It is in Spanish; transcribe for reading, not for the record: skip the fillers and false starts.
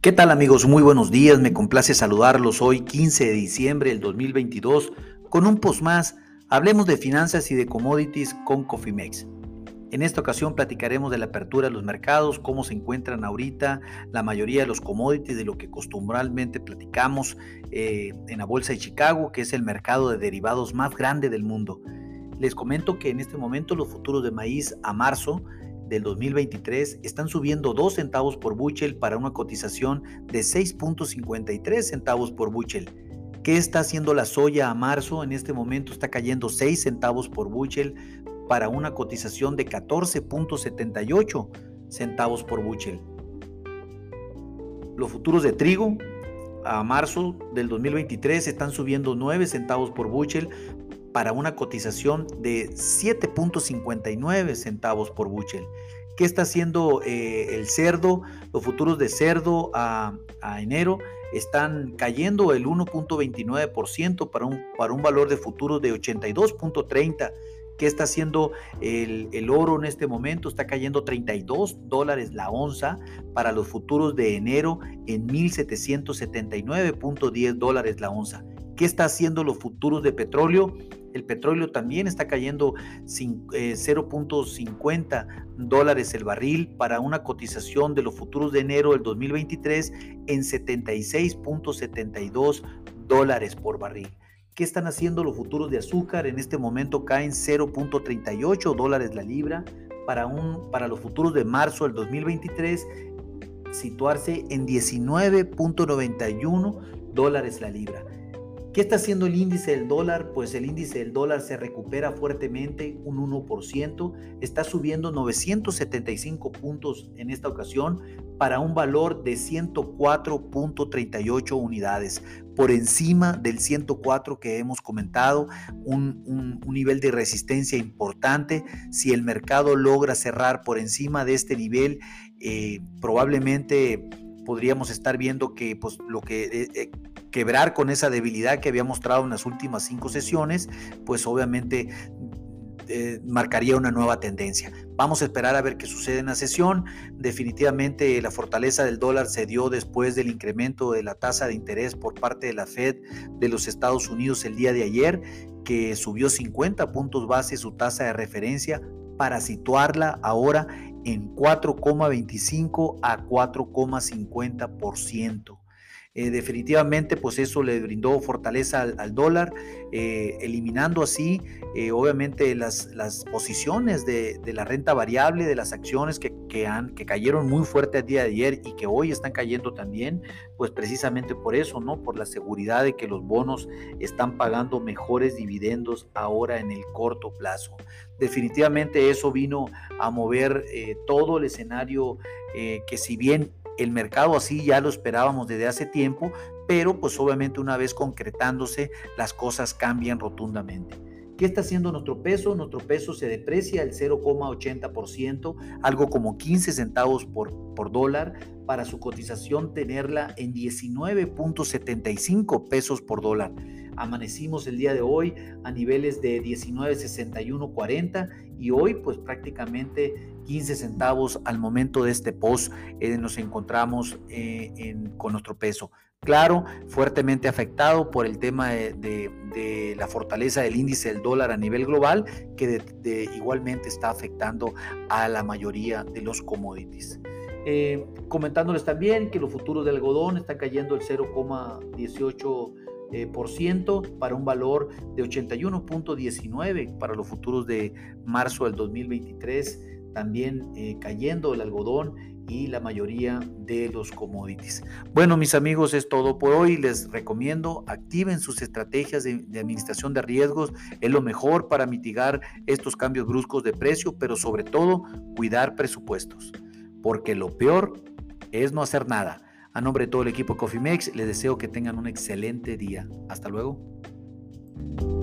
¿Qué tal amigos? Muy buenos días, me complace saludarlos hoy 15 de diciembre del 2022 con un post más. Hablemos de finanzas y de commodities con Cofimex. En esta ocasión platicaremos de la apertura de los mercados, cómo se encuentran ahorita la mayoría de los commodities, de lo que costumbralmente platicamos en la Bolsa de Chicago, que es el mercado de derivados más grande del mundo. Les comento que en este momento los futuros de maíz a marzo del 2023 están subiendo 2 centavos por bushel para una cotización de 6.53 centavos por bushel. ¿Qué está haciendo la soya a marzo? En este momento está cayendo 6 centavos por bushel para una cotización de 14.78 centavos por bushel. Los futuros de trigo a marzo del 2023 están subiendo 9 centavos por bushel para una cotización de 7.59 centavos por bushel. ¿Qué está haciendo el cerdo? Los futuros de cerdo a enero están cayendo el 1.29% para un valor de futuros de 82.30. ¿Qué está haciendo el oro en este momento? Está cayendo $32 la onza para los futuros de enero en $1,779.10 la onza. ¿Qué está haciendo los futuros de petróleo? El petróleo también está cayendo $0.50 el barril para una cotización de los futuros de enero del 2023 en $76.72 por barril. ¿Qué están haciendo los futuros de azúcar? En este momento caen $0.38 la libra para los futuros de marzo del 2023 situarse en $19.91 la libra. ¿Qué está haciendo el índice del dólar? Pues el índice del dólar se recupera fuertemente, un 1%, está subiendo 975 puntos en esta ocasión para un valor de 104.38 unidades, por encima del 104 que hemos comentado, un nivel de resistencia importante. Si el mercado logra cerrar por encima de este nivel, probablemente podríamos estar viendo que pues, quebrar con esa debilidad que había mostrado en las últimas 5 sesiones, pues obviamente marcaría una nueva tendencia. Vamos a esperar a ver qué sucede en la sesión. Definitivamente la fortaleza del dólar se dio después del incremento de la tasa de interés por parte de la Fed de los Estados Unidos el día de ayer, que subió 50 puntos base su tasa de referencia para situarla ahora en 4,25 a 4,50%. Definitivamente pues eso le brindó fortaleza al dólar, eliminando así obviamente las posiciones de la renta variable de las acciones que cayeron muy fuerte el día de ayer y que hoy están cayendo también, pues precisamente por eso, ¿no? Por la seguridad de que los bonos están pagando mejores dividendos ahora en el corto plazo. Definitivamente eso vino a mover todo el escenario que si bien el mercado así ya lo esperábamos desde hace tiempo, pero pues obviamente una vez concretándose las cosas cambian rotundamente. ¿Qué está haciendo nuestro peso? Nuestro peso se deprecia el 0,80%, algo como 15 centavos por dólar, para su cotización tenerla en 19.75 pesos por dólar. Amanecimos el día de hoy a niveles de 19.6140 y hoy pues prácticamente 15 centavos al momento de este post nos encontramos con nuestro peso. Claro, fuertemente afectado por el tema de la fortaleza del índice del dólar a nivel global, que igualmente está afectando a la mayoría de los commodities. Comentándoles también que los futuros del algodón están cayendo el 0,18% para un valor de 81.19 para los futuros de marzo del 2023, también cayendo el algodón y la mayoría de los commodities. Bueno, mis amigos, es todo por hoy. Les recomiendo activen sus estrategias de administración de riesgos. Es lo mejor para mitigar estos cambios bruscos de precio, pero sobre todo cuidar presupuestos, porque lo peor es no hacer nada. A nombre de todo el equipo Cofimex, les deseo que tengan un excelente día. Hasta luego.